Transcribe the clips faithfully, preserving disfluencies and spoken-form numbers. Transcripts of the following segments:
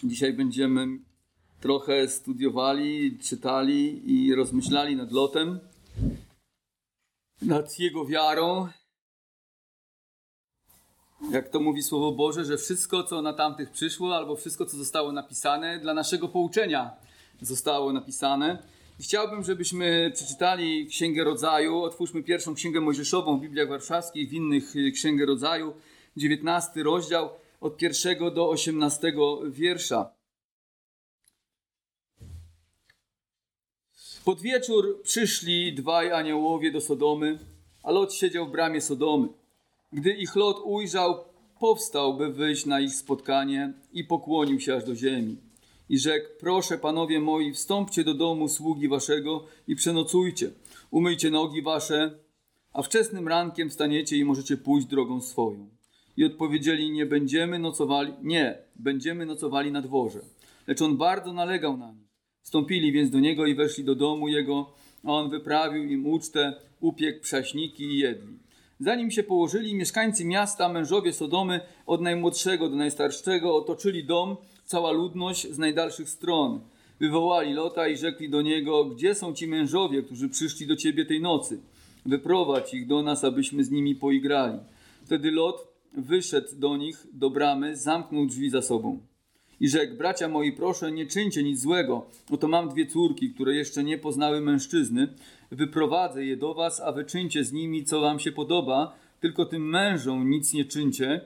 Dzisiaj będziemy trochę studiowali, czytali i rozmyślali nad Lotem, nad jego wiarą. Jak to mówi Słowo Boże, że wszystko, co na tamtych przyszło, albo wszystko, co zostało napisane, dla naszego pouczenia zostało napisane. I chciałbym, żebyśmy przeczytali Księgę Rodzaju. Otwórzmy pierwszą Księgę Mojżeszową w Bibliach Warszawskich, w innych Księgę Rodzaju, dziewiętnasty rozdział, od pierwszego do osiemnastego wiersza. Pod wieczór przyszli dwaj aniołowie do Sodomy, a Lot siedział w bramie Sodomy. Gdy ich Lot ujrzał, powstał, by wyjść na ich spotkanie i pokłonił się aż do ziemi. I rzekł: proszę, panowie moi, wstąpcie do domu sługi waszego i przenocujcie. Umyjcie nogi wasze, a wczesnym rankiem wstaniecie i możecie pójść drogą swoją. I odpowiedzieli: nie będziemy nocowali, nie, będziemy nocowali na dworze. Lecz on bardzo nalegał na nich. Wstąpili więc do niego i weszli do domu jego, a on wyprawił im ucztę, upiekł prześniki i jedli. Zanim się położyli, mieszkańcy miasta, mężowie Sodomy, od najmłodszego do najstarszego, otoczyli dom, cała ludność z najdalszych stron. Wywołali Lota i rzekli do niego: gdzie są ci mężowie, którzy przyszli do ciebie tej nocy? Wyprowadź ich do nas, abyśmy z nimi poigrali. Wtedy Lot wyszedł do nich do bramy, zamknął drzwi za sobą. I rzekł: bracia moi, proszę, nie czyńcie nic złego. Oto mam dwie córki, które jeszcze nie poznały mężczyzny. Wyprowadzę je do was, a wy czyńcie z nimi, co wam się podoba. Tylko tym mężom nic nie czyńcie,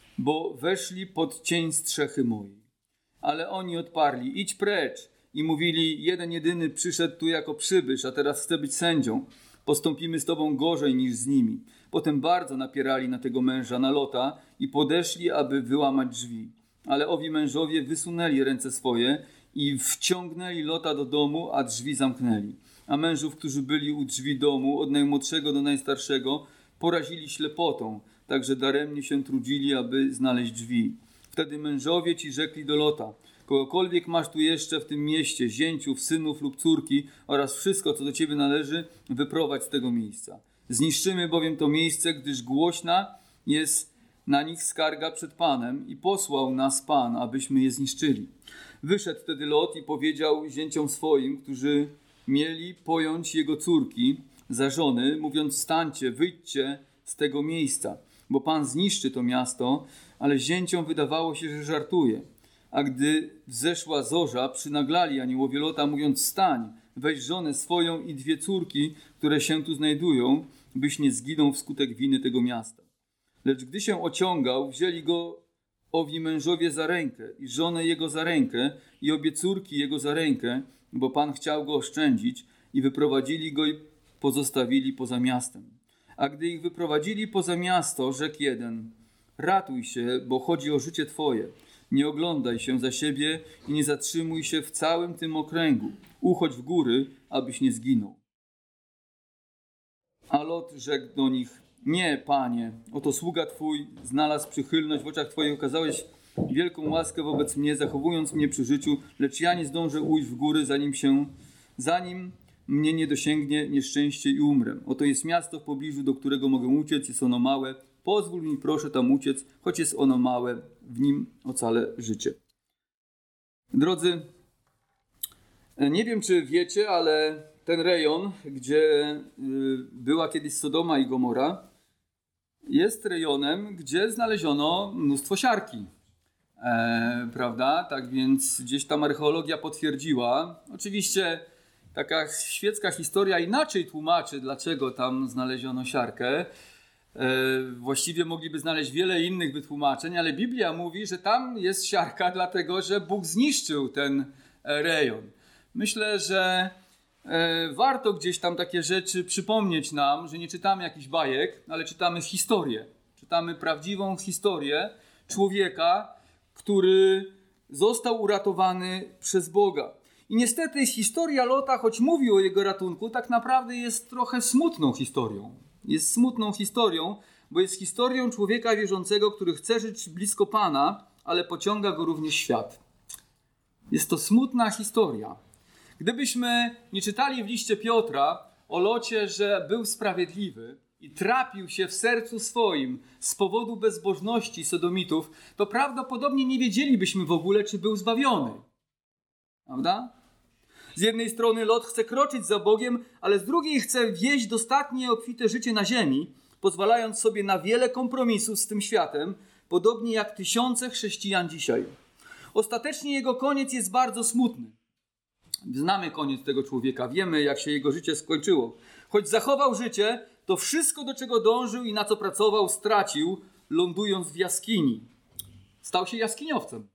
bo weszli pod cień strzechy mojej. Ale oni odparli: idź precz. I mówili: jeden jedyny przyszedł tu jako przybysz, a teraz chce być sędzią. Postąpimy z tobą gorzej niż z nimi. Potem bardzo napierali na tego męża, na Lota, i podeszli, aby wyłamać drzwi. Ale owi mężowie wysunęli ręce swoje i wciągnęli Lota do domu, a drzwi zamknęli. A mężów, którzy byli u drzwi domu, od najmłodszego do najstarszego, porazili ślepotą, tak że daremnie się trudzili, aby znaleźć drzwi. Wtedy mężowie ci rzekli do Lota: kogokolwiek masz tu jeszcze w tym mieście, zięciów, synów lub córki oraz wszystko, co do ciebie należy, wyprowadź z tego miejsca. Zniszczymy bowiem to miejsce, gdyż głośna jest na nich skarga przed Panem i posłał nas Pan, abyśmy je zniszczyli. Wyszedł wtedy Lot i powiedział zięciom swoim, którzy mieli pojąć jego córki za żony, mówiąc: wstańcie, wyjdźcie z tego miejsca, bo Pan zniszczy to miasto. Ale zięciom wydawało się, że żartuje. A gdy wzeszła zorza, przynaglali aniołowie Lota, mówiąc: wstań, weź żonę swoją i dwie córki, które się tu znajdują, byś nie zginął wskutek winy tego miasta. Lecz gdy się ociągał, wzięli go owi mężowie za rękę i żonę jego za rękę i obie córki jego za rękę, bo Pan chciał go oszczędzić, i wyprowadzili go i pozostawili poza miastem. A gdy ich wyprowadzili poza miasto, rzekł jeden: ratuj się, bo chodzi o życie twoje. Nie oglądaj się za siebie i nie zatrzymuj się w całym tym okręgu. Uchodź w góry, abyś nie zginął. A Lot rzekł do nich: nie, Panie, oto sługa Twój znalazł przychylność w oczach Twoich, okazałeś wielką łaskę wobec mnie, zachowując mnie przy życiu, lecz ja nie zdążę ujść w góry, zanim się, zanim mnie nie dosięgnie nieszczęście i umrę. Oto jest miasto w pobliżu, do którego mogę uciec, jest ono małe. Pozwól mi proszę tam uciec, choć jest ono małe, w nim ocalę życie. Drodzy, nie wiem, czy wiecie, ale ten rejon, gdzie była kiedyś Sodoma i Gomora, jest rejonem, gdzie znaleziono mnóstwo siarki. E, prawda? Tak więc gdzieś tam archeologia potwierdziła. Oczywiście taka świecka historia inaczej tłumaczy, dlaczego tam znaleziono siarkę. E, właściwie mogliby znaleźć wiele innych wytłumaczeń, ale Biblia mówi, że tam jest siarka, dlatego że Bóg zniszczył ten rejon. Myślę, że e, warto gdzieś tam takie rzeczy przypomnieć nam, że nie czytamy jakichś bajek, ale czytamy historię. Czytamy prawdziwą historię człowieka, który został uratowany przez Boga. I niestety historia Lota, choć mówi o jego ratunku, tak naprawdę jest trochę smutną historią. Jest smutną historią, bo jest historią człowieka wierzącego, który chce żyć blisko Pana, ale pociąga go również świat. Jest to smutna historia. Gdybyśmy nie czytali w liście Piotra o Locie, że był sprawiedliwy i trapił się w sercu swoim z powodu bezbożności sodomitów, to prawdopodobnie nie wiedzielibyśmy w ogóle, czy był zbawiony. Prawda? Z jednej strony Lot chce kroczyć za Bogiem, ale z drugiej chce wieść dostatnie obfite życie na ziemi, pozwalając sobie na wiele kompromisów z tym światem, podobnie jak tysiące chrześcijan dzisiaj. Ostatecznie jego koniec jest bardzo smutny. Znamy koniec tego człowieka, wiemy, jak się jego życie skończyło. Choć zachował życie, to wszystko, do czego dążył i na co pracował, stracił, lądując w jaskini. Stał się jaskiniowcem.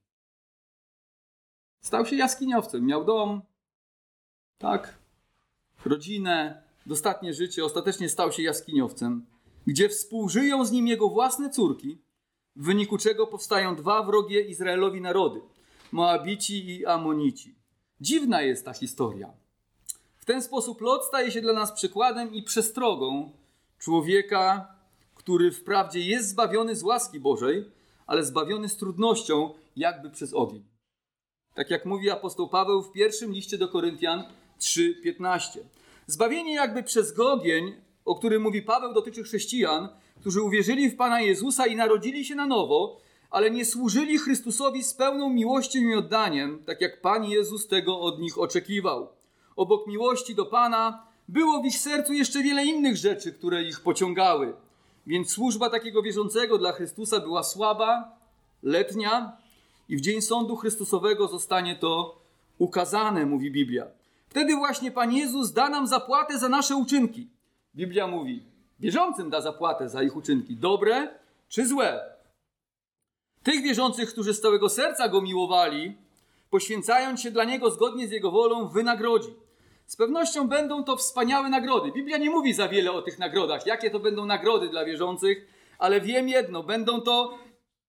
Stał się jaskiniowcem. Miał dom, tak, rodzinę, dostatnie życie. Ostatecznie stał się jaskiniowcem, gdzie współżyją z nim jego własne córki, w wyniku czego powstają dwa wrogie Izraelowi narody, Moabici i Amonici. Dziwna jest ta historia. W ten sposób Lot staje się dla nas przykładem i przestrogą człowieka, który wprawdzie jest zbawiony z łaski Bożej, ale zbawiony z trudnością, jakby przez ogień. Tak jak mówi apostoł Paweł w pierwszym liście do Koryntian trzy piętnaście. Zbawienie jakby przez ogień, o którym mówi Paweł, dotyczy chrześcijan, którzy uwierzyli w Pana Jezusa i narodzili się na nowo, ale nie służyli Chrystusowi z pełną miłością i oddaniem, tak jak Pan Jezus tego od nich oczekiwał. Obok miłości do Pana było w ich sercu jeszcze wiele innych rzeczy, które ich pociągały. Więc służba takiego wierzącego dla Chrystusa była słaba, letnia i w dzień sądu Chrystusowego zostanie to ukazane, mówi Biblia. Wtedy właśnie Pan Jezus da nam zapłatę za nasze uczynki. Biblia mówi, wierzącym da zapłatę za ich uczynki, dobre czy złe. Tych wierzących, którzy z całego serca Go miłowali, poświęcając się dla Niego zgodnie z Jego wolą, wynagrodzi. Z pewnością będą to wspaniałe nagrody. Biblia nie mówi za wiele o tych nagrodach, jakie to będą nagrody dla wierzących, ale wiem jedno, będą to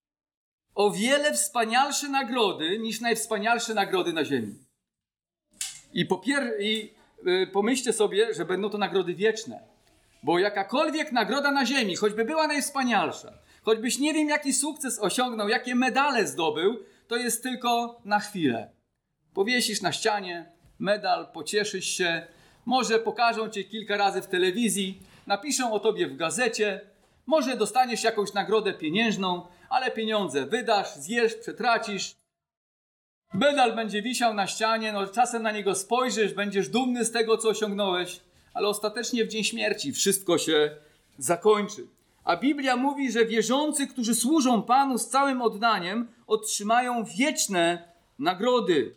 o wiele wspanialsze nagrody niż najwspanialsze nagrody na ziemi. I, popier- i yy, pomyślcie sobie, że będą to nagrody wieczne. Bo jakakolwiek nagroda na ziemi, choćby była najwspanialsza, choćbyś nie wiem jaki sukces osiągnął, jakie medale zdobył, to jest tylko na chwilę. Powiesisz na ścianie medal, pocieszysz się, może pokażą cię kilka razy w telewizji, napiszą o tobie w gazecie, może dostaniesz jakąś nagrodę pieniężną, ale pieniądze wydasz, zjesz, przetracisz. Medal będzie wisiał na ścianie, no czasem na niego spojrzysz, będziesz dumny z tego, co osiągnąłeś, ale ostatecznie w dzień śmierci wszystko się zakończy. A Biblia mówi, że wierzący, którzy służą Panu z całym oddaniem, otrzymają wieczne nagrody.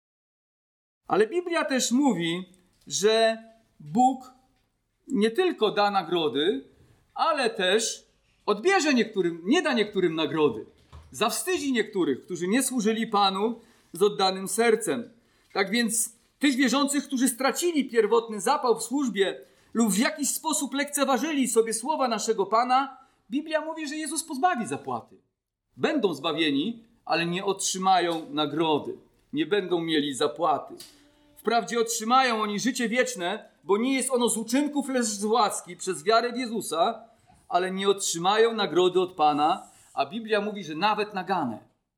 Ale Biblia też mówi, że Bóg nie tylko da nagrody, ale też odbierze niektórym, nie da niektórym nagrody. Zawstydzi niektórych, którzy nie służyli Panu z oddanym sercem. Tak więc tych wierzących, którzy stracili pierwotny zapał w służbie lub w jakiś sposób lekceważyli sobie słowa naszego Pana, Biblia mówi, że Jezus pozbawi zapłaty. Będą zbawieni, ale nie otrzymają nagrody. Nie będą mieli zapłaty. Wprawdzie otrzymają oni życie wieczne, bo nie jest ono z uczynków, lecz z łaski przez wiarę w Jezusa, ale nie otrzymają nagrody od Pana, a Biblia mówi, że nawet nagane.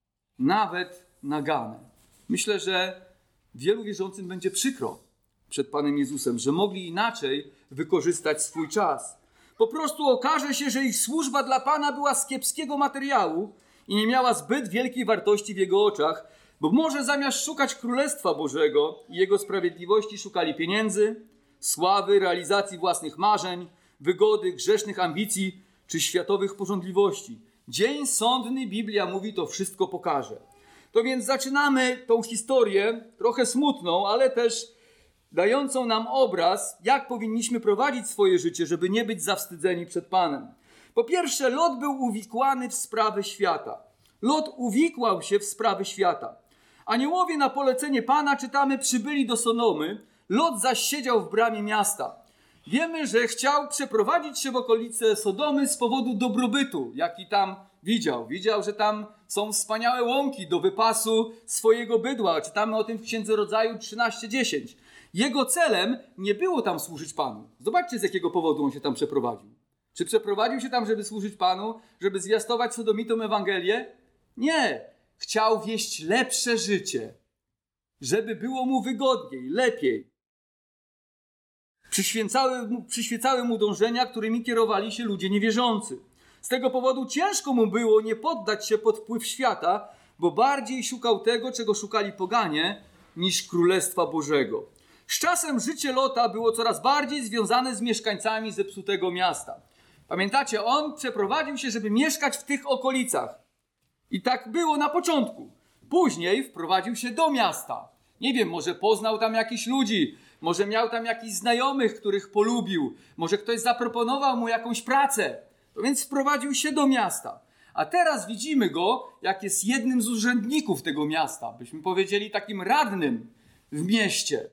Nawet nagane. Myślę, że wielu wierzącym będzie przykro przed Panem Jezusem, że mogli inaczej wykorzystać swój czas. Po prostu okaże się, że ich służba dla Pana była z kiepskiego materiału i nie miała zbyt wielkiej wartości w Jego oczach, bo może zamiast szukać Królestwa Bożego i Jego sprawiedliwości szukali pieniędzy, sławy, realizacji własnych marzeń, wygody, grzesznych ambicji czy światowych pożądliwości. Dzień sądny, Biblia mówi, to wszystko pokaże. To więc zaczynamy tą historię, trochę smutną, ale też dającą nam obraz, jak powinniśmy prowadzić swoje życie, żeby nie być zawstydzeni przed Panem. Po pierwsze, Lot był uwikłany w sprawy świata. Lot uwikłał się w sprawy świata. Aniołowie na polecenie Pana, czytamy, przybyli do Sodomy. Lot zaś siedział w bramie miasta. Wiemy, że chciał przeprowadzić się w okolice Sodomy z powodu dobrobytu, jaki tam widział. Widział, że tam są wspaniałe łąki do wypasu swojego bydła. Czytamy o tym w Księdze Rodzaju trzynaście dziesięć. Jego celem nie było tam służyć Panu. Zobaczcie, z jakiego powodu on się tam przeprowadził. Czy przeprowadził się tam, żeby służyć Panu, żeby zwiastować Sodomitom Ewangelię? Nie. Chciał wieść lepsze życie, żeby było mu wygodniej, lepiej. Przyświęcały mu, przyświecały mu dążenia, którymi kierowali się ludzie niewierzący. Z tego powodu ciężko mu było nie poddać się pod wpływ świata, bo bardziej szukał tego, czego szukali poganie, niż Królestwa Bożego. Z czasem życie Lota było coraz bardziej związane z mieszkańcami zepsutego miasta. Pamiętacie, on przeprowadził się, żeby mieszkać w tych okolicach. I tak było na początku. Później wprowadził się do miasta. Nie wiem, może poznał tam jakichś ludzi, może miał tam jakichś znajomych, których polubił, może ktoś zaproponował mu jakąś pracę. To więc wprowadził się do miasta. A teraz widzimy go, jak jest jednym z urzędników tego miasta. Byśmy powiedzieli takim radnym w mieście.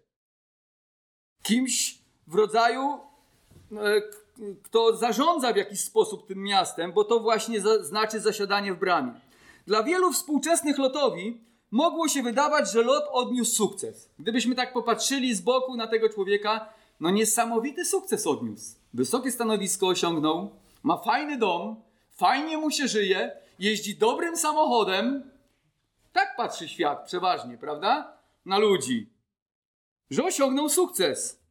Kimś w rodzaju, kto zarządza w jakiś sposób tym miastem, bo to właśnie za, znaczy zasiadanie w bramie. Dla wielu współczesnych Lotowi mogło się wydawać, że Lot odniósł sukces. Gdybyśmy tak popatrzyli z boku na tego człowieka, no niesamowity sukces odniósł. Wysokie stanowisko osiągnął, ma fajny dom, fajnie mu się żyje, jeździ dobrym samochodem. Tak patrzy świat przeważnie, prawda? Na ludzi. Że osiągnął sukces.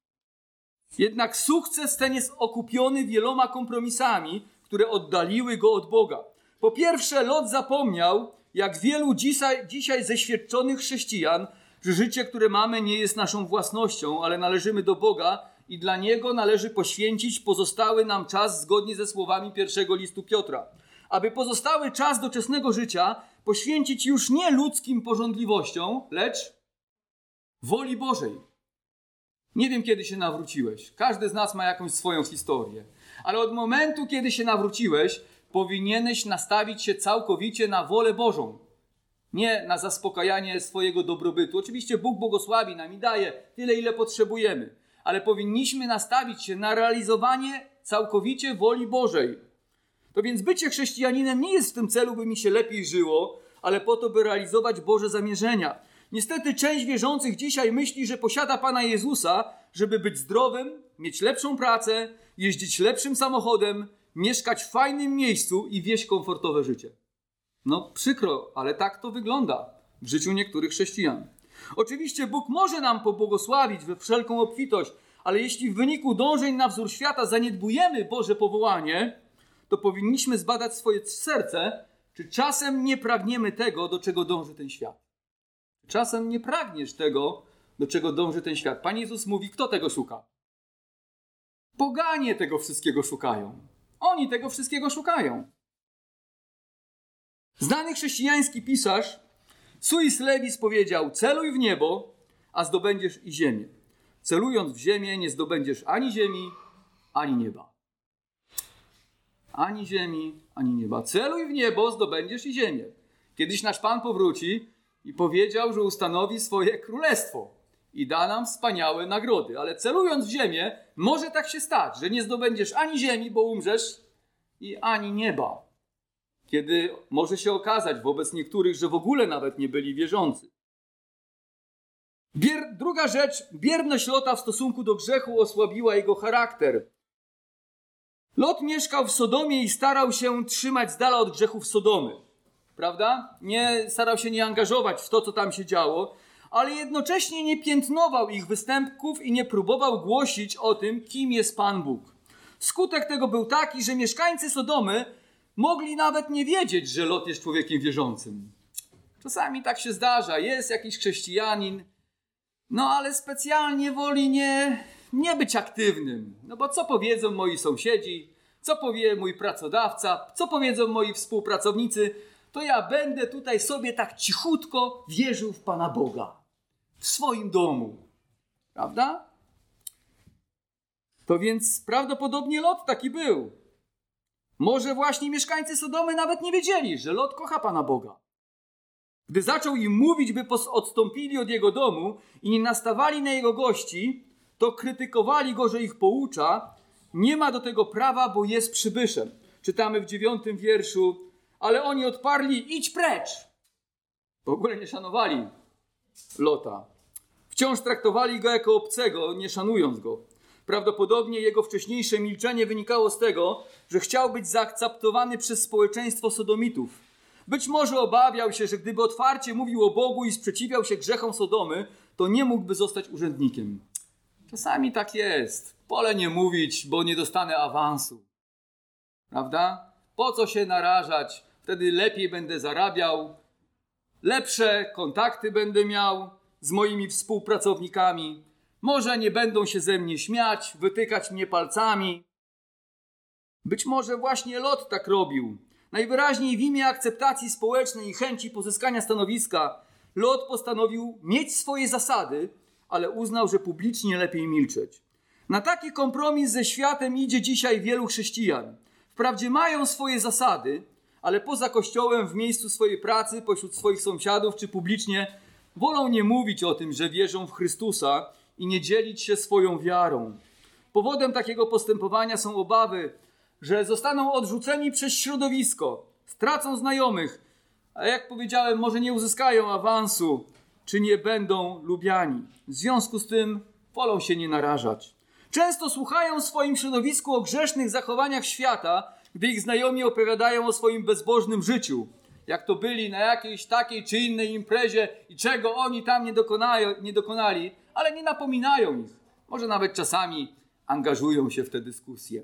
Jednak sukces ten jest okupiony wieloma kompromisami, które oddaliły go od Boga. Po pierwsze, Lot zapomniał, jak wielu dzisiaj, dzisiaj zeświadczonych chrześcijan, że życie, które mamy, nie jest naszą własnością, ale należymy do Boga i dla Niego należy poświęcić pozostały nam czas zgodnie ze słowami pierwszego listu Piotra. Aby pozostały czas doczesnego życia poświęcić już nie ludzkim pożądliwościom, lecz woli Bożej. Nie wiem, kiedy się nawróciłeś. Każdy z nas ma jakąś swoją historię. Ale od momentu, kiedy się nawróciłeś, powinieneś nastawić się całkowicie na wolę Bożą. Nie na zaspokajanie swojego dobrobytu. Oczywiście Bóg błogosławi nam i daje tyle, ile potrzebujemy. Ale powinniśmy nastawić się na realizowanie całkowicie woli Bożej. To więc bycie chrześcijaninem nie jest w tym celu, by mi się lepiej żyło, ale po to, by realizować Boże zamierzenia. Niestety część wierzących dzisiaj myśli, że posiada Pana Jezusa, żeby być zdrowym, mieć lepszą pracę, jeździć lepszym samochodem, mieszkać w fajnym miejscu i wieść komfortowe życie. No przykro, ale tak to wygląda w życiu niektórych chrześcijan. Oczywiście Bóg może nam pobłogosławić we wszelką obfitość, ale jeśli w wyniku dążeń na wzór świata zaniedbujemy Boże powołanie, to powinniśmy zbadać swoje serce, czy czasem nie pragniemy tego, do czego dąży ten świat. Czasem nie pragniesz tego, do czego dąży ten świat. Pan Jezus mówi, kto tego szuka? Poganie tego wszystkiego szukają. Oni tego wszystkiego szukają. Znany chrześcijański pisarz Suis Lewis powiedział, celuj w niebo, a zdobędziesz i ziemię. Celując w ziemię nie zdobędziesz ani ziemi, ani nieba. Ani ziemi, ani nieba. Celuj w niebo, zdobędziesz i ziemię. Kiedyś nasz Pan powróci i powiedział, że ustanowi swoje królestwo i da nam wspaniałe nagrody. Ale celując w ziemię, może tak się stać, że nie zdobędziesz ani ziemi, bo umrzesz, i ani nieba. Kiedy może się okazać wobec niektórych, że w ogóle nawet nie byli wierzący. Bier... Druga rzecz, bierność Lota w stosunku do grzechu osłabiła jego charakter. Lot mieszkał w Sodomie i starał się trzymać z dala od grzechów Sodomy. Prawda? Nie starał się nie angażować w to, co tam się działo, ale jednocześnie nie piętnował ich występków i nie próbował głosić o tym, kim jest Pan Bóg. Skutek tego był taki, że mieszkańcy Sodomy mogli nawet nie wiedzieć, że Lot jest człowiekiem wierzącym. Czasami tak się zdarza, jest jakiś chrześcijanin, no ale specjalnie woli nie, nie być aktywnym. No bo co powiedzą moi sąsiedzi, co powie mój pracodawca, co powiedzą moi współpracownicy, to ja będę tutaj sobie tak cichutko wierzył w Pana Boga. W swoim domu. Prawda? To więc prawdopodobnie Lot taki był. Może właśnie mieszkańcy Sodomy nawet nie wiedzieli, że Lot kocha Pana Boga. Gdy zaczął im mówić, by odstąpili od jego domu i nie nastawali na jego gości, to krytykowali go, że ich poucza. Nie ma do tego prawa, bo jest przybyszem. Czytamy w dziewiątym wierszu. Ale oni odparli, idź precz. W ogóle nie szanowali Lota. Wciąż traktowali go jako obcego, nie szanując go. Prawdopodobnie jego wcześniejsze milczenie wynikało z tego, że chciał być zaakceptowany przez społeczeństwo Sodomitów. Być może obawiał się, że gdyby otwarcie mówił o Bogu i sprzeciwiał się grzechom Sodomy, to nie mógłby zostać urzędnikiem. Czasami tak jest. Wolę nie mówić, bo nie dostanę awansu. Prawda? Po co się narażać? Wtedy lepiej będę zarabiał, lepsze kontakty będę miał z moimi współpracownikami. Może nie będą się ze mnie śmiać, wytykać mnie palcami. Być może właśnie Lot tak robił. Najwyraźniej w imię akceptacji społecznej i chęci pozyskania stanowiska Lot postanowił mieć swoje zasady, ale uznał, że publicznie lepiej milczeć. Na taki kompromis ze światem idzie dzisiaj wielu chrześcijan. Wprawdzie mają swoje zasady, ale poza kościołem, w miejscu swojej pracy, pośród swoich sąsiadów czy publicznie wolą nie mówić o tym, że wierzą w Chrystusa i nie dzielić się swoją wiarą. Powodem takiego postępowania są obawy, że zostaną odrzuceni przez środowisko, stracą znajomych, a jak powiedziałem, może nie uzyskają awansu, czy nie będą lubiani. W związku z tym wolą się nie narażać. Często słuchają w swoim środowisku o grzesznych zachowaniach świata, gdy ich znajomi opowiadają o swoim bezbożnym życiu. Jak to byli na jakiejś takiej czy innej imprezie i czego oni tam nie, dokonają, nie dokonali, ale nie napominają ich. Może nawet czasami angażują się w tę dyskusję.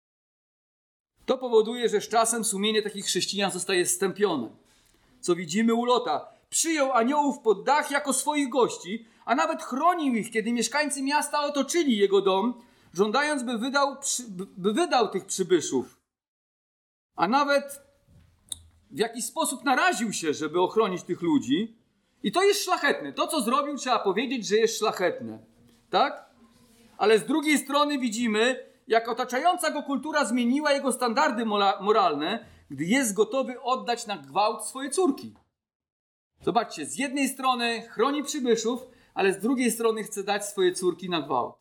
To powoduje, że z czasem sumienie takich chrześcijan zostaje stępione. Co widzimy u Lota. Przyjął aniołów pod dach jako swoich gości, a nawet chronił ich, kiedy mieszkańcy miasta otoczyli jego dom, żądając, by wydał, by wydał tych przybyszów. A nawet w jakiś sposób naraził się, żeby ochronić tych ludzi. I to jest szlachetne. To, co zrobił, trzeba powiedzieć, że jest szlachetne. Tak? Ale z drugiej strony widzimy, jak otaczająca go kultura zmieniła jego standardy moralne, gdy jest gotowy oddać na gwałt swoje córki. Zobaczcie, z jednej strony chroni przybyszów, ale z drugiej strony chce dać swoje córki na gwałt.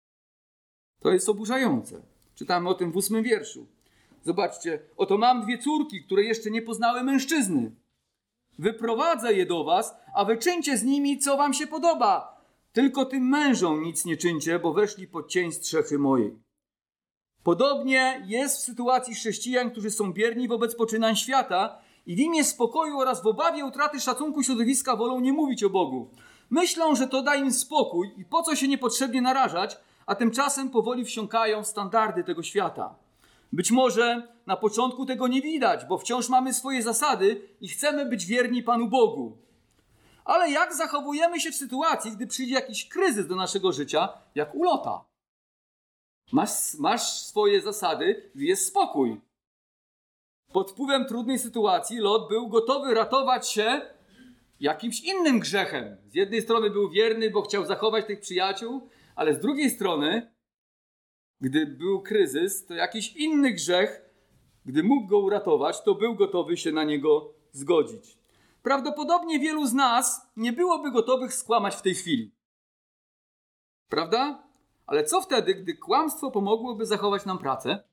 To jest oburzające. Czytamy o tym w ósmym wierszu. Zobaczcie, oto mam dwie córki, które jeszcze nie poznały mężczyzny. Wyprowadzę je do was, a wy czyńcie z nimi, co wam się podoba. Tylko tym mężom nic nie czyńcie, bo weszli pod cień strzechy mojej. Podobnie jest w sytuacji chrześcijan, którzy są bierni wobec poczynań świata i w imię spokoju oraz w obawie utraty szacunku środowiska wolą nie mówić o Bogu. Myślą, że to da im spokój i po co się niepotrzebnie narażać, a tymczasem powoli wsiąkają w standardy tego świata. Być może na początku tego nie widać, bo wciąż mamy swoje zasady i chcemy być wierni Panu Bogu. Ale jak zachowujemy się w sytuacji, gdy przyjdzie jakiś kryzys do naszego życia, jak u Lota? Masz, masz swoje zasady, jest spokój. Pod wpływem trudnej sytuacji Lot był gotowy ratować się jakimś innym grzechem. Z jednej strony był wierny, bo chciał zachować tych przyjaciół, ale z drugiej strony, gdy był kryzys, to jakiś inny grzech, gdy mógł go uratować, to był gotowy się na niego zgodzić. Prawdopodobnie wielu z nas nie byłoby gotowych skłamać w tej chwili. Prawda? Ale co wtedy, gdy kłamstwo pomogłoby zachować nam pracę?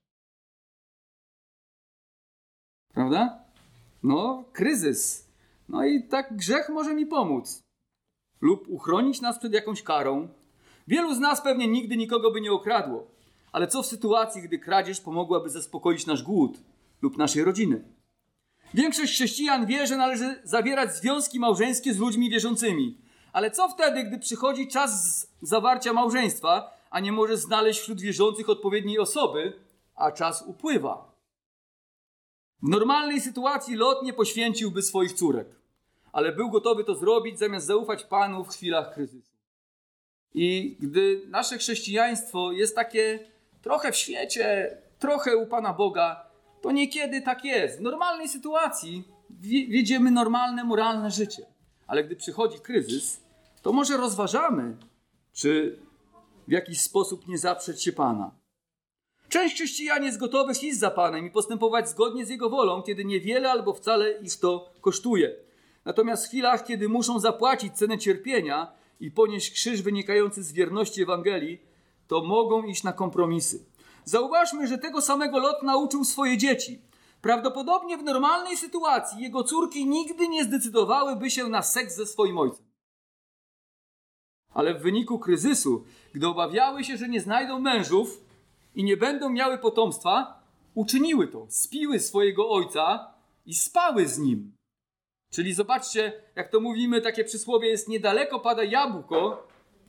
Prawda? No, kryzys. No i tak grzech może mi pomóc. Lub uchronić nas przed jakąś karą. Wielu z nas pewnie nigdy nikogo by nie okradło. Ale co w sytuacji, gdy kradzież pomogłaby zaspokoić nasz głód lub naszej rodziny? Większość chrześcijan wie, że należy zawierać związki małżeńskie z ludźmi wierzącymi. Ale co wtedy, gdy przychodzi czas zawarcia małżeństwa, a nie może znaleźć wśród wierzących odpowiedniej osoby, a czas upływa? W normalnej sytuacji Lot nie poświęciłby swoich córek, ale był gotowy to zrobić, zamiast zaufać Panu w chwilach kryzysu. I gdy nasze chrześcijaństwo jest takie trochę w świecie, trochę u Pana Boga, to niekiedy tak jest. W normalnej sytuacji wiedziemy normalne, moralne życie. Ale gdy przychodzi kryzys, to może rozważamy, czy w jakiś sposób nie zaprzeć się Pana. Część chrześcijan jest gotowych iść za Panem i postępować zgodnie z Jego wolą, kiedy niewiele albo wcale ich to kosztuje. Natomiast w chwilach, kiedy muszą zapłacić cenę cierpienia i ponieść krzyż wynikający z wierności Ewangelii, to mogą iść na kompromisy. Zauważmy, że tego samego Lot nauczył swoje dzieci. Prawdopodobnie w normalnej sytuacji jego córki nigdy nie zdecydowałyby się na seks ze swoim ojcem. Ale w wyniku kryzysu, gdy obawiały się, że nie znajdą mężów i nie będą miały potomstwa, uczyniły to. Spiły swojego ojca i spały z nim. Czyli zobaczcie, jak to mówimy, takie przysłowie jest: niedaleko pada jabłko,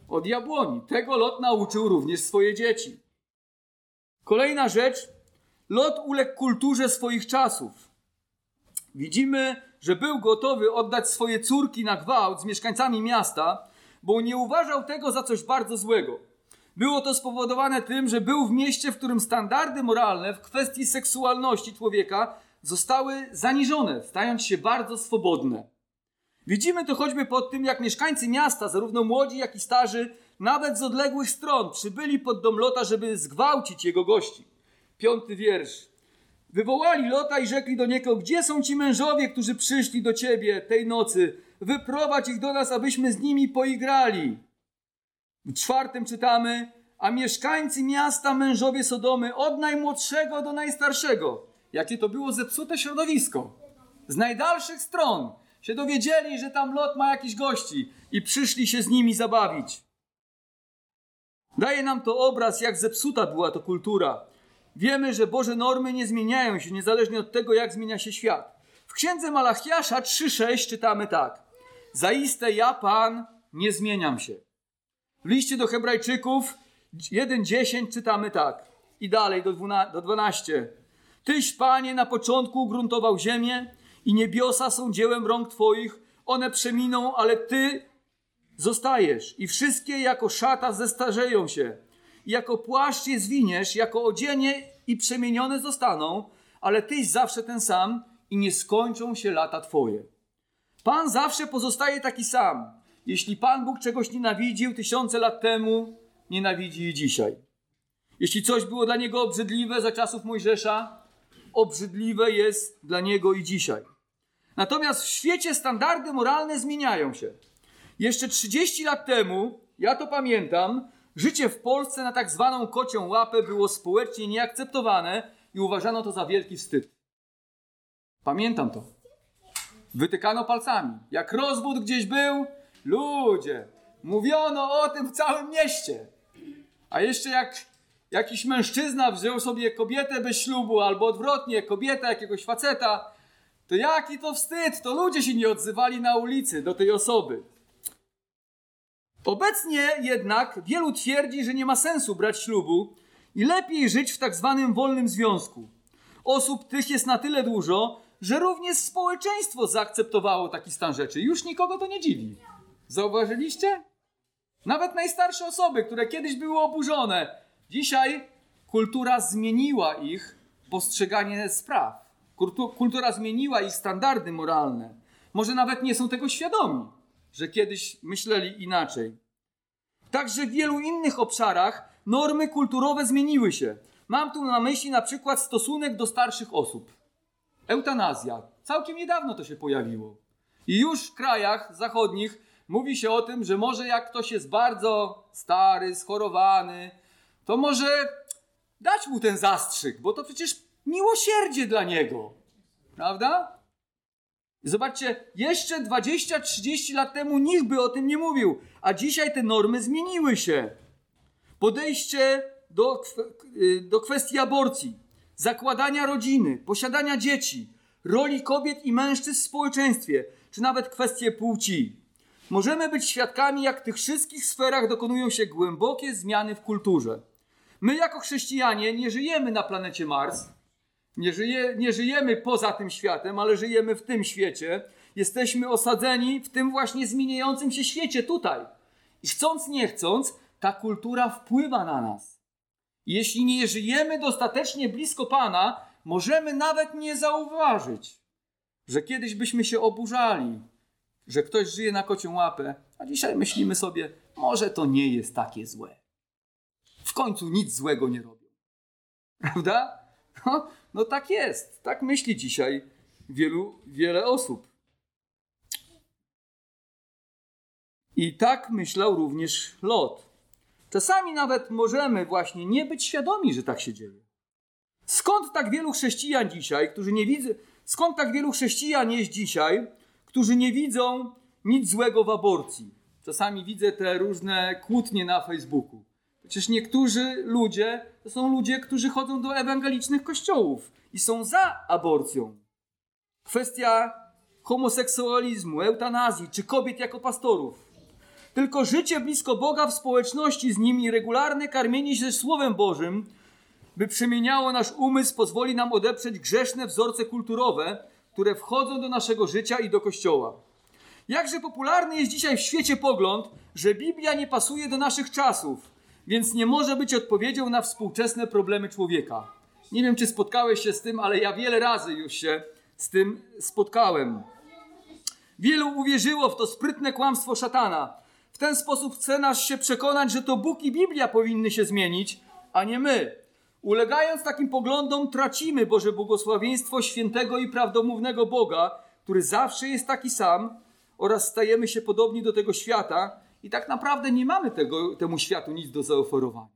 od jabłoni. Tego Lot nauczył również swoje dzieci. Kolejna rzecz. Lot uległ kulturze swoich czasów. Widzimy, że był gotowy oddać swoje córki na gwałt z mieszkańcami miasta, bo nie uważał tego za coś bardzo złego. Było to spowodowane tym, że był w mieście, w którym standardy moralne w kwestii seksualności człowieka zostały zaniżone, stając się bardzo swobodne. Widzimy to choćby po tym, jak mieszkańcy miasta, zarówno młodzi, jak i starzy, nawet z odległych stron przybyli pod dom Lota, żeby zgwałcić jego gości. Piąty wiersz. Wywołali Lota i rzekli do niego: gdzie są ci mężowie, którzy przyszli do ciebie tej nocy? Wyprowadź ich do nas, abyśmy z nimi poigrali. W czwartym czytamy: a mieszkańcy miasta, mężowie Sodomy, od najmłodszego do najstarszego. Jakie to było zepsute środowisko. Z najdalszych stron się dowiedzieli, że tam Lot ma jakichś gości i przyszli się z nimi zabawić. Daje nam to obraz, jak zepsuta była to kultura. Wiemy, że Boże normy nie zmieniają się, niezależnie od tego, jak zmienia się świat. W księdze Malachiasza trzy sześć czytamy tak: zaiste ja, Pan, nie zmieniam się. W liście do Hebrajczyków jeden dziesięć czytamy tak i dalej do dwunastu. Tyś, Panie, na początku ugruntował ziemię i niebiosa są dziełem rąk Twoich. One przeminą, ale Ty zostajesz i wszystkie jako szata zestarzeją się. I jako płaszcz je zwiniesz, jako odzienie i przemienione zostaną, ale Tyś zawsze ten sam i nie skończą się lata Twoje. Pan zawsze pozostaje taki sam. Jeśli Pan Bóg czegoś nienawidził tysiące lat temu, nienawidzi i dzisiaj. Jeśli coś było dla Niego obrzydliwe za czasów Mojżesza, obrzydliwe jest dla Niego i dzisiaj. Natomiast w świecie standardy moralne zmieniają się. Jeszcze trzydzieści lat temu, ja to pamiętam, życie w Polsce na tak zwaną kocią łapę było społecznie nieakceptowane i uważano to za wielki wstyd. Pamiętam to. Wytykano palcami. Jak rozwód gdzieś był, ludzie, mówiono o tym w całym mieście. A jeszcze jak jakiś mężczyzna wziął sobie kobietę bez ślubu, albo odwrotnie, kobietę jakiegoś faceta, to jaki to wstyd, to ludzie się nie odzywali na ulicy do tej osoby. Obecnie jednak wielu twierdzi, że nie ma sensu brać ślubu i lepiej żyć w tak zwanym wolnym związku. Osób tych jest na tyle dużo, że również społeczeństwo zaakceptowało taki stan rzeczy. Już nikogo to nie dziwi. Zauważyliście? Nawet najstarsze osoby, które kiedyś były oburzone, dzisiaj kultura zmieniła ich postrzeganie spraw. Kultura zmieniła ich standardy moralne. Może nawet nie są tego świadomi, że kiedyś myśleli inaczej. Także w wielu innych obszarach normy kulturowe zmieniły się. Mam tu na myśli na przykład stosunek do starszych osób. Eutanazja. Całkiem niedawno to się pojawiło. I już w krajach zachodnich mówi się o tym, że może jak ktoś jest bardzo stary, schorowany, to może dać mu ten zastrzyk, bo to przecież miłosierdzie dla niego. Prawda? Zobaczcie, jeszcze dwadzieścia trzydzieści lat temu nikt by o tym nie mówił, a dzisiaj te normy zmieniły się. Podejście do, do kwestii aborcji, zakładania rodziny, posiadania dzieci, roli kobiet i mężczyzn w społeczeństwie, czy nawet kwestie płci. Możemy być świadkami, jak w tych wszystkich sferach dokonują się głębokie zmiany w kulturze. My jako chrześcijanie nie żyjemy na planecie Mars, nie, żyje, nie żyjemy poza tym światem, ale żyjemy w tym świecie. Jesteśmy osadzeni w tym właśnie zmieniającym się świecie tutaj. I chcąc, nie chcąc, ta kultura wpływa na nas. I jeśli nie żyjemy dostatecznie blisko Pana, możemy nawet nie zauważyć, że kiedyś byśmy się oburzali, że ktoś żyje na kocią łapę, a dzisiaj myślimy sobie, może to nie jest takie złe. W końcu nic złego nie robią. Prawda? No, no tak jest. Tak myśli dzisiaj wielu, wiele osób. I tak myślał również Lot. Czasami nawet możemy właśnie nie być świadomi, że tak się dzieje. Skąd tak wielu chrześcijan dzisiaj, którzy nie widzą, skąd tak wielu chrześcijan jest dzisiaj, którzy nie widzą nic złego w aborcji? Czasami widzę te różne kłótnie na Facebooku. Przecież niektórzy ludzie to są ludzie, którzy chodzą do ewangelicznych kościołów i są za aborcją. Kwestia homoseksualizmu, eutanazji czy kobiet jako pastorów. Tylko życie blisko Boga w społeczności z Nim i regularne karmienie się Słowem Bożym, by przemieniało nasz umysł, pozwoli nam odeprzeć grzeszne wzorce kulturowe, które wchodzą do naszego życia i do Kościoła. Jakże popularny jest dzisiaj w świecie pogląd, że Biblia nie pasuje do naszych czasów, więc nie może być odpowiedzią na współczesne problemy człowieka. Nie wiem, czy spotkałeś się z tym, ale ja wiele razy już się z tym spotkałem. Wielu uwierzyło w to sprytne kłamstwo szatana. W ten sposób chce nas się przekonać, że to Bóg i Biblia powinny się zmienić, a nie my. Ulegając takim poglądom, tracimy Boże błogosławieństwo świętego i prawdomównego Boga, który zawsze jest taki sam, oraz stajemy się podobni do tego świata i tak naprawdę nie mamy tego, temu światu nic do zaoferowania.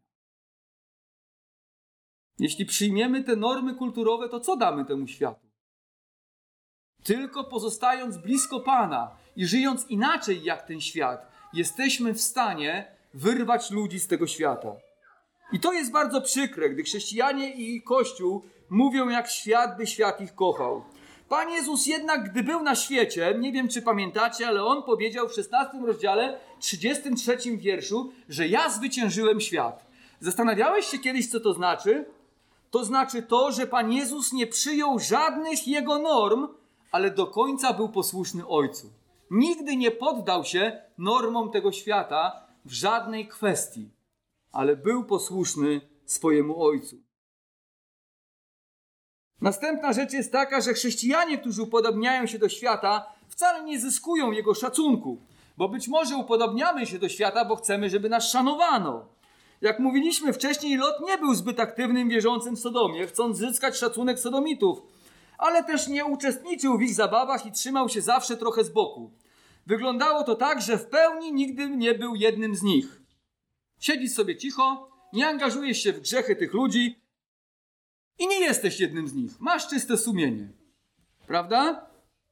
Jeśli przyjmiemy te normy kulturowe, to co damy temu światu? Tylko pozostając blisko Pana i żyjąc inaczej jak ten świat, jesteśmy w stanie wyrwać ludzi z tego świata. I to jest bardzo przykre, gdy chrześcijanie i Kościół mówią, jak świat, by świat ich kochał. Pan Jezus jednak, gdy był na świecie, nie wiem, czy pamiętacie, ale On powiedział w szesnastym rozdziale, trzydziestym trzecim wierszu, że ja zwyciężyłem świat. Zastanawiałeś się kiedyś, co to znaczy? To znaczy to, że Pan Jezus nie przyjął żadnych Jego norm, ale do końca był posłuszny Ojcu. Nigdy nie poddał się normom tego świata w żadnej kwestii, ale był posłuszny swojemu Ojcu. Następna rzecz jest taka, że chrześcijanie, którzy upodobniają się do świata, wcale nie zyskują jego szacunku, bo być może upodobniamy się do świata, bo chcemy, żeby nas szanowano. Jak mówiliśmy wcześniej, Lot nie był zbyt aktywnym wierzącym w Sodomie, chcąc zyskać szacunek Sodomitów, ale też nie uczestniczył w ich zabawach i trzymał się zawsze trochę z boku. Wyglądało to tak, że w pełni nigdy nie był jednym z nich. Siedzisz sobie cicho, nie angażujesz się w grzechy tych ludzi i nie jesteś jednym z nich. Masz czyste sumienie. Prawda?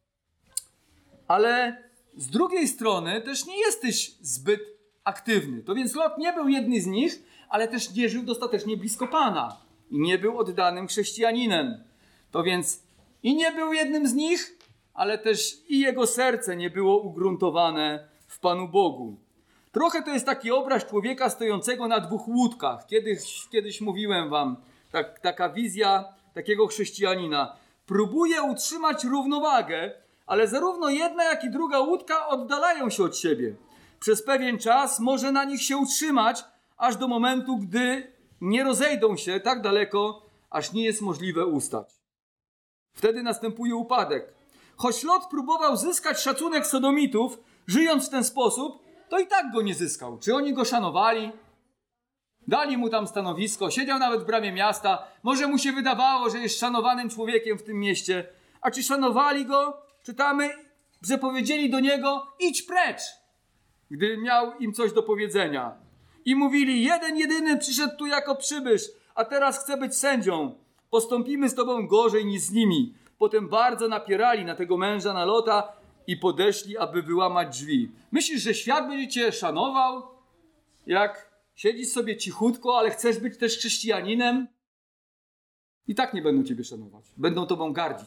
Ale z drugiej strony też nie jesteś zbyt aktywny. To więc Lot nie był jednym z nich, ale też nie żył dostatecznie blisko Pana i nie był oddanym chrześcijaninem. To więc i nie był jednym z nich, ale też i jego serce nie było ugruntowane w Panu Bogu. Trochę to jest taki obraz człowieka stojącego na dwóch łódkach. Kiedyś, kiedyś mówiłem wam, tak, taka wizja takiego chrześcijanina. Próbuje utrzymać równowagę, ale zarówno jedna, jak i druga łódka oddalają się od siebie. Przez pewien czas może na nich się utrzymać, aż do momentu, gdy nie rozejdą się tak daleko, aż nie jest możliwe ustać. Wtedy następuje upadek. Choć Lot próbował zyskać szacunek Sodomitów, żyjąc w ten sposób, to i tak go nie zyskał. Czy oni go szanowali? Dali mu tam stanowisko, siedział nawet w bramie miasta. Może mu się wydawało, że jest szanowanym człowiekiem w tym mieście. A czy szanowali go? Czytamy, że powiedzieli do niego, idź precz, gdy miał im coś do powiedzenia. I mówili, jeden jedyny przyszedł tu jako przybysz, a teraz chce być sędzią. Postąpimy z tobą gorzej niż z nimi. Potem bardzo napierali na tego męża, na Lota i podeszli, aby wyłamać drzwi. Myślisz, że świat będzie cię szanował? Jak siedzisz sobie cichutko, ale chcesz być też chrześcijaninem? I tak nie będą ciebie szanować. Będą tobą gardzić.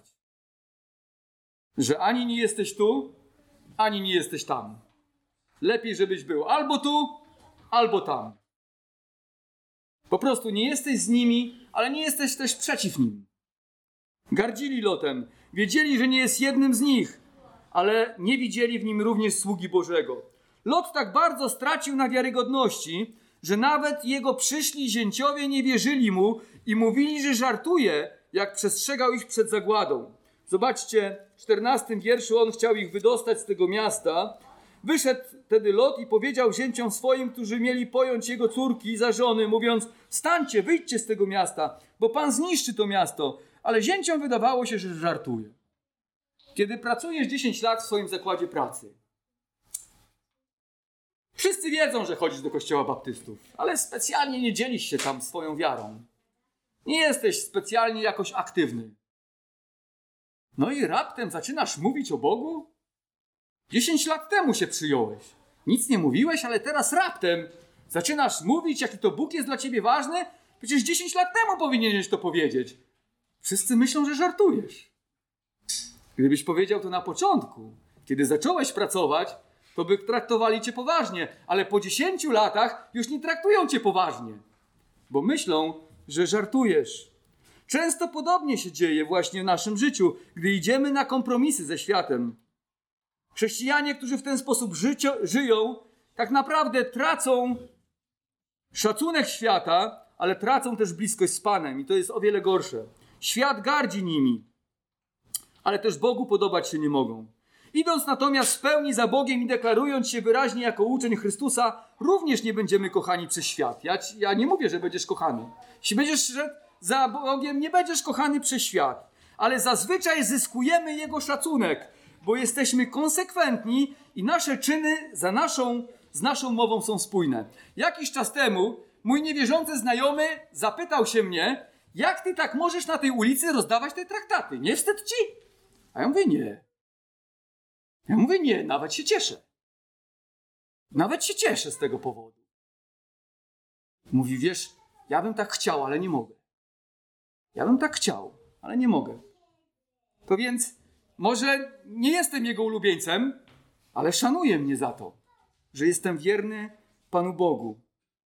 Że ani nie jesteś tu, ani nie jesteś tam. Lepiej, żebyś był albo tu, albo tam. Po prostu nie jesteś z nimi, ale nie jesteś też przeciw nim. Gardzili Lotem. Wiedzieli, że nie jest jednym z nich, ale nie widzieli w nim również sługi Bożego. Lot tak bardzo stracił na wiarygodności, że nawet jego przyszli zięciowie nie wierzyli mu i mówili, że żartuje, jak przestrzegał ich przed zagładą. Zobaczcie, w czternastym wierszu on chciał ich wydostać z tego miasta. Wyszedł wtedy Lot i powiedział zięciom swoim, którzy mieli pojąć jego córki za żony, mówiąc, wstańcie, wyjdźcie z tego miasta, bo Pan zniszczy to miasto. Ale zięciom wydawało się, że żartuje. Kiedy pracujesz dziesięć lat w swoim zakładzie pracy, wszyscy wiedzą, że chodzisz do kościoła baptystów, ale specjalnie nie dzielisz się tam swoją wiarą. Nie jesteś specjalnie jakoś aktywny. No i raptem zaczynasz mówić o Bogu? Dziesięć lat temu się przyjąłeś. Nic nie mówiłeś, ale teraz raptem zaczynasz mówić, jaki to Bóg jest dla ciebie ważny? Przecież dziesięć lat temu powinieneś to powiedzieć. Wszyscy myślą, że żartujesz. Gdybyś powiedział to na początku, kiedy zacząłeś pracować, to by traktowali cię poważnie, ale po dziesięciu latach już nie traktują cię poważnie, bo myślą, że żartujesz. Często podobnie się dzieje właśnie w naszym życiu, gdy idziemy na kompromisy ze światem. Chrześcijanie, którzy w ten sposób życio, żyją, tak naprawdę tracą szacunek świata, ale tracą też bliskość z Panem i to jest o wiele gorsze. Świat gardzi nimi, ale też Bogu podobać się nie mogą. Idąc natomiast w pełni za Bogiem i deklarując się wyraźnie jako uczeń Chrystusa, również nie będziemy kochani przez świat. Ja, ja nie mówię, że będziesz kochany. Jeśli będziesz szedł za Bogiem, nie będziesz kochany przez świat. Ale zazwyczaj zyskujemy Jego szacunek, bo jesteśmy konsekwentni i nasze czyny za naszą, z naszą mową są spójne. Jakiś czas temu mój niewierzący znajomy zapytał się mnie, jak ty tak możesz na tej ulicy rozdawać te traktaty? Nie wstyd ci? A ja mówię, nie. Ja mówię, nie, nawet się cieszę. Nawet się cieszę z tego powodu. Mówi, wiesz, ja bym tak chciał, ale nie mogę. Ja bym tak chciał, ale nie mogę. To więc może nie jestem jego ulubieńcem, ale szanuje mnie za to, że jestem wierny Panu Bogu.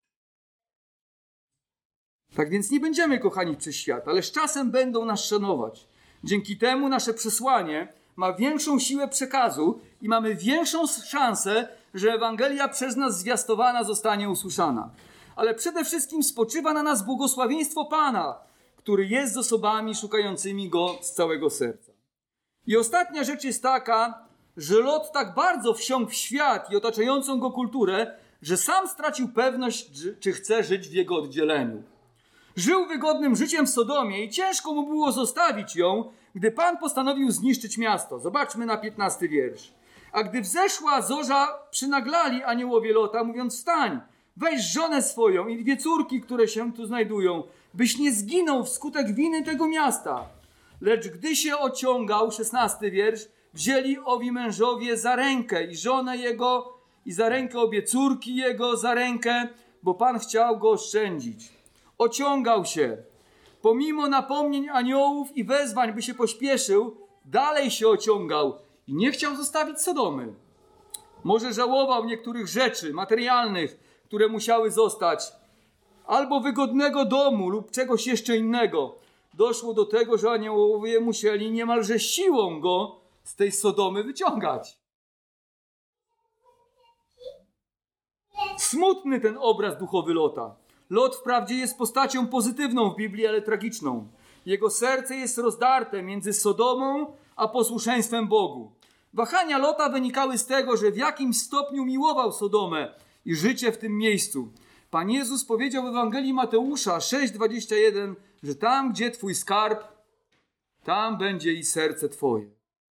Tak więc nie będziemy kochani przez świat, ale z czasem będą nas szanować. Dzięki temu nasze przesłanie ma większą siłę przekazu i mamy większą szansę, że Ewangelia przez nas zwiastowana zostanie usłyszana. Ale przede wszystkim spoczywa na nas błogosławieństwo Pana, który jest z osobami szukającymi Go z całego serca. I ostatnia rzecz jest taka, że Lot tak bardzo wsiąkł w świat i otaczającą go kulturę, że sam stracił pewność, czy chce żyć w jego oddzieleniu. Żył wygodnym życiem w Sodomie i ciężko mu było zostawić ją, gdy Pan postanowił zniszczyć miasto. Zobaczmy na piętnasty wiersz. A gdy wzeszła zorza, przynaglali aniołowie Lota, mówiąc, wstań, weź żonę swoją i dwie córki, które się tu znajdują, byś nie zginął wskutek winy tego miasta. Lecz gdy się ociągał, szesnasty wiersz, wzięli owi mężowie za rękę i żonę jego i za rękę obie córki jego za rękę, bo Pan chciał go oszczędzić. Ociągał się. Pomimo napomnień aniołów i wezwań, by się pośpieszył, dalej się ociągał i nie chciał zostawić Sodomy. Może żałował niektórych rzeczy materialnych, które musiały zostać, albo wygodnego domu lub czegoś jeszcze innego. Doszło do tego, że aniołowie musieli niemalże siłą go z tej Sodomy wyciągać. Smutny ten obraz duchowy Lota. Lot wprawdzie jest postacią pozytywną w Biblii, ale tragiczną. Jego serce jest rozdarte między Sodomą a posłuszeństwem Bogu. Wahania Lota wynikały z tego, że w jakimś stopniu miłował Sodomę i życie w tym miejscu. Pan Jezus powiedział w Ewangelii Mateusza sześć dwadzieścia jeden, że tam, gdzie twój skarb, tam będzie i serce twoje.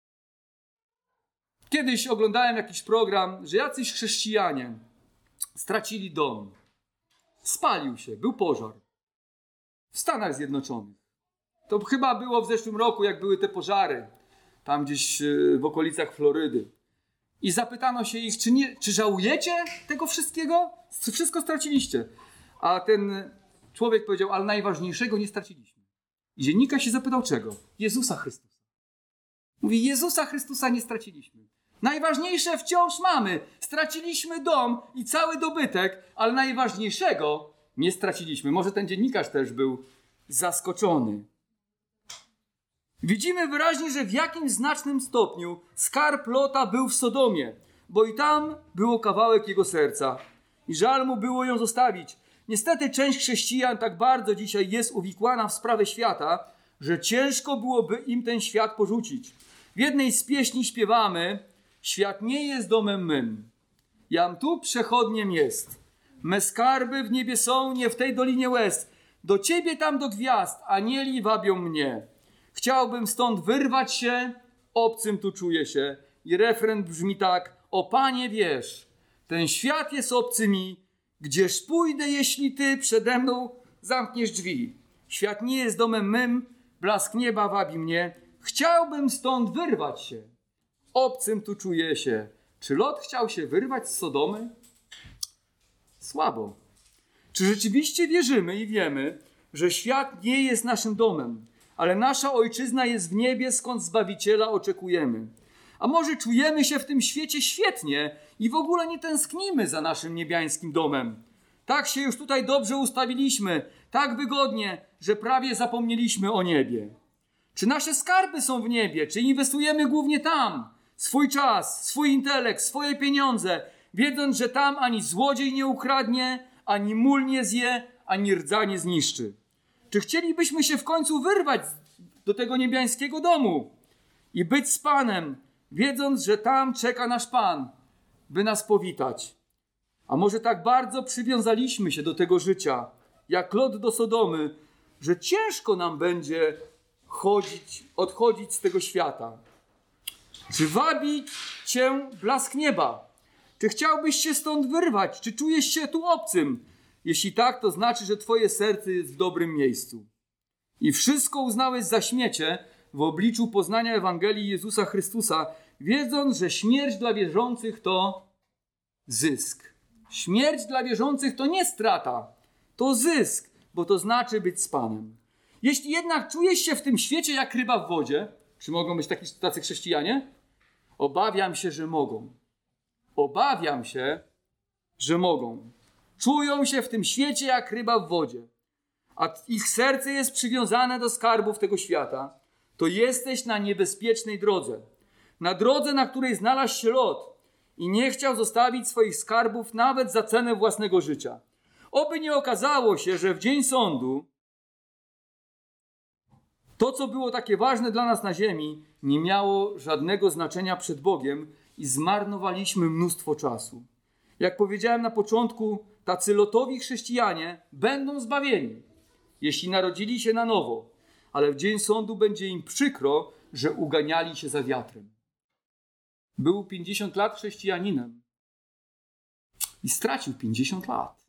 Kiedyś oglądałem jakiś program, że jacyś chrześcijanie stracili dom. Spalił się, był pożar. W Stanach Zjednoczonych. To chyba było w zeszłym roku, jak były te pożary. Tam gdzieś w okolicach Florydy. I zapytano się ich, czy, nie, czy żałujecie tego wszystkiego? Wszystko straciliście. A ten człowiek powiedział, ale najważniejszego nie straciliśmy. I dziennikarz się zapytał czego? Jezusa Chrystusa. Mówi, Jezusa Chrystusa nie straciliśmy. Najważniejsze wciąż mamy. Straciliśmy dom i cały dobytek, ale najważniejszego nie straciliśmy. Może ten dziennikarz też był zaskoczony. Widzimy wyraźnie, że w jakimś znacznym stopniu skarb Lota był w Sodomie, bo i tam było kawałek jego serca i żal mu było ją zostawić. Niestety część chrześcijan tak bardzo dzisiaj jest uwikłana w sprawę świata, że ciężko byłoby im ten świat porzucić. W jednej z pieśni śpiewamy: świat nie jest domem mym, jam tu przechodniem jest. Me skarby w niebie są, nie w tej dolinie łez. Do ciebie tam do gwiazd, anieli wabią mnie. Chciałbym stąd wyrwać się, obcym tu czuję się. I refren brzmi tak: o Panie wiesz, ten świat jest obcy mi, gdzież pójdę, jeśli ty przede mną zamkniesz drzwi. Świat nie jest domem mym, blask nieba wabi mnie. Chciałbym stąd wyrwać się, obcym tu czuję się. Czy Lot chciał się wyrwać z Sodomy? Słabo. Czy rzeczywiście wierzymy i wiemy, że świat nie jest naszym domem, ale nasza ojczyzna jest w niebie, skąd Zbawiciela oczekujemy? A może czujemy się w tym świecie świetnie i w ogóle nie tęsknimy za naszym niebiańskim domem. Tak się już tutaj dobrze ustawiliśmy, tak wygodnie, że prawie zapomnieliśmy o niebie. Czy nasze skarby są w niebie? Czy inwestujemy głównie tam swój czas, swój intelekt, swoje pieniądze, wiedząc, że tam ani złodziej nie ukradnie, ani mól nie zje, ani rdza nie zniszczy? Czy chcielibyśmy się w końcu wyrwać do tego niebiańskiego domu i być z Panem, wiedząc, że tam czeka nasz Pan, by nas powitać? A może tak bardzo przywiązaliśmy się do tego życia, jak Lot do Sodomy, że ciężko nam będzie chodzić, odchodzić z tego świata? Czy wabi cię blask nieba? Czy chciałbyś się stąd wyrwać? Czy czujesz się tu obcym? Jeśli tak, to znaczy, że twoje serce jest w dobrym miejscu. I wszystko uznałeś za śmiecie w obliczu poznania Ewangelii Jezusa Chrystusa, wiedząc, że śmierć dla wierzących to zysk. Śmierć dla wierzących to nie strata, to zysk, bo to znaczy być z Panem. Jeśli jednak czujesz się w tym świecie jak ryba w wodzie, czy mogą być taki, tacy chrześcijanie? Obawiam się, że mogą. Obawiam się, że mogą. Czują się w tym świecie jak ryba w wodzie, a ich serce jest przywiązane do skarbów tego świata, to jesteś na niebezpiecznej drodze. Na drodze, na której znalazł się Lot i nie chciał zostawić swoich skarbów nawet za cenę własnego życia. Oby nie okazało się, że w dzień sądu to, co było takie ważne dla nas na ziemi, nie miało żadnego znaczenia przed Bogiem i zmarnowaliśmy mnóstwo czasu. Jak powiedziałem na początku, tacy Lotowi chrześcijanie będą zbawieni, jeśli narodzili się na nowo, ale w dzień sądu będzie im przykro, że uganiali się za wiatrem. Był pięćdziesiąt lat chrześcijaninem i stracił pięćdziesiąt lat.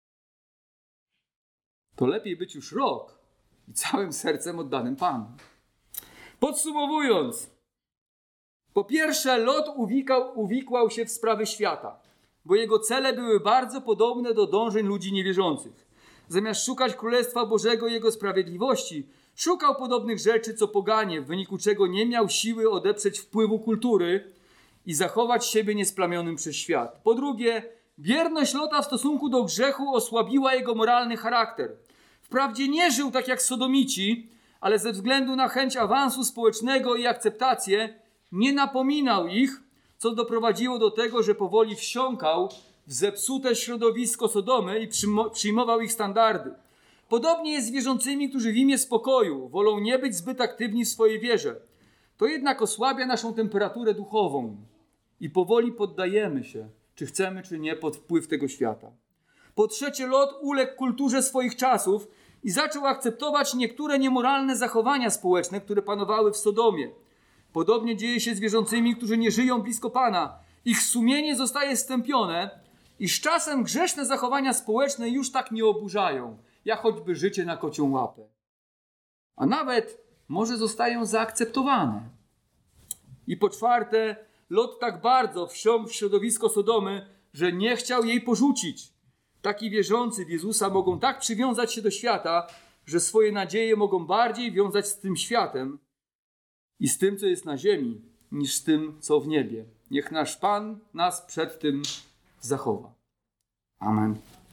To lepiej być już rok i całym sercem oddanym Panu. Podsumowując, po pierwsze, Lot uwikał, uwikłał się w sprawy świata, bo jego cele były bardzo podobne do dążeń ludzi niewierzących. Zamiast szukać Królestwa Bożego i Jego sprawiedliwości, szukał podobnych rzeczy co poganie, w wyniku czego nie miał siły odeprzeć wpływu kultury i zachować siebie niesplamionym przez świat. Po drugie, bierność Lota w stosunku do grzechu osłabiła jego moralny charakter. Wprawdzie nie żył tak jak sodomici, ale ze względu na chęć awansu społecznego i akceptację nie napominał ich, co doprowadziło do tego, że powoli wsiąkał w zepsute środowisko Sodomy i przyjmował ich standardy. Podobnie jest z wierzącymi, którzy w imię spokoju wolą nie być zbyt aktywni w swojej wierze. To jednak osłabia naszą temperaturę duchową i powoli poddajemy się, czy chcemy, czy nie, pod wpływ tego świata. Po trzecie, Lot uległ kulturze swoich czasów i zaczął akceptować niektóre niemoralne zachowania społeczne, które panowały w Sodomie. Podobnie dzieje się z wierzącymi, którzy nie żyją blisko Pana. Ich sumienie zostaje stępione i z czasem grzeszne zachowania społeczne już tak nie oburzają, jak choćby życie na kocią łapę. A nawet może zostają zaakceptowane. I po czwarte, Lot tak bardzo wsiąkł w środowisko Sodomy, że nie chciał jej porzucić. Taki wierzący w Jezusa mogą tak przywiązać się do świata, że swoje nadzieje mogą bardziej wiązać z tym światem i z tym, co jest na ziemi, niż z tym, co w niebie. Niech nasz Pan nas przed tym zachowa. Amen.